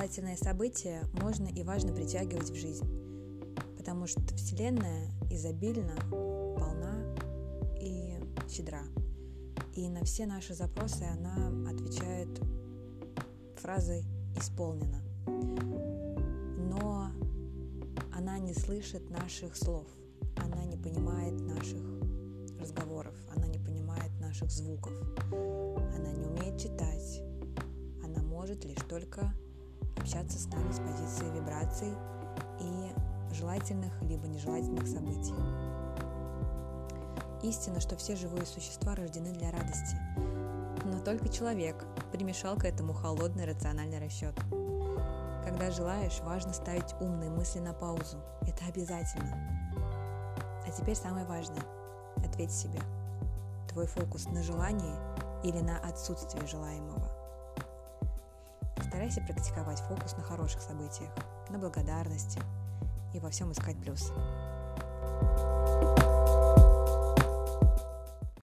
желательные события можно и важно притягивать в жизнь, потому что Вселенная изобильна, полна и щедра. И на все наши запросы она отвечает фразой «исполнено». Но она не слышит наших слов, она не понимает наших разговоров, она не понимает наших звуков, она не умеет читать, она может лишь только общаться с нами с позиции вибраций и желательных либо нежелательных событий. Истина, что все живые существа рождены для радости, но только человек примешал к этому холодный рациональный расчет. Когда желаешь, важно ставить умные мысли на паузу. Это обязательно. А теперь самое важное. Ответь себе. Твой фокус на желании или на отсутствии желаемого? Старайся практиковать фокус на хороших событиях, на благодарности и во всем искать плюсы.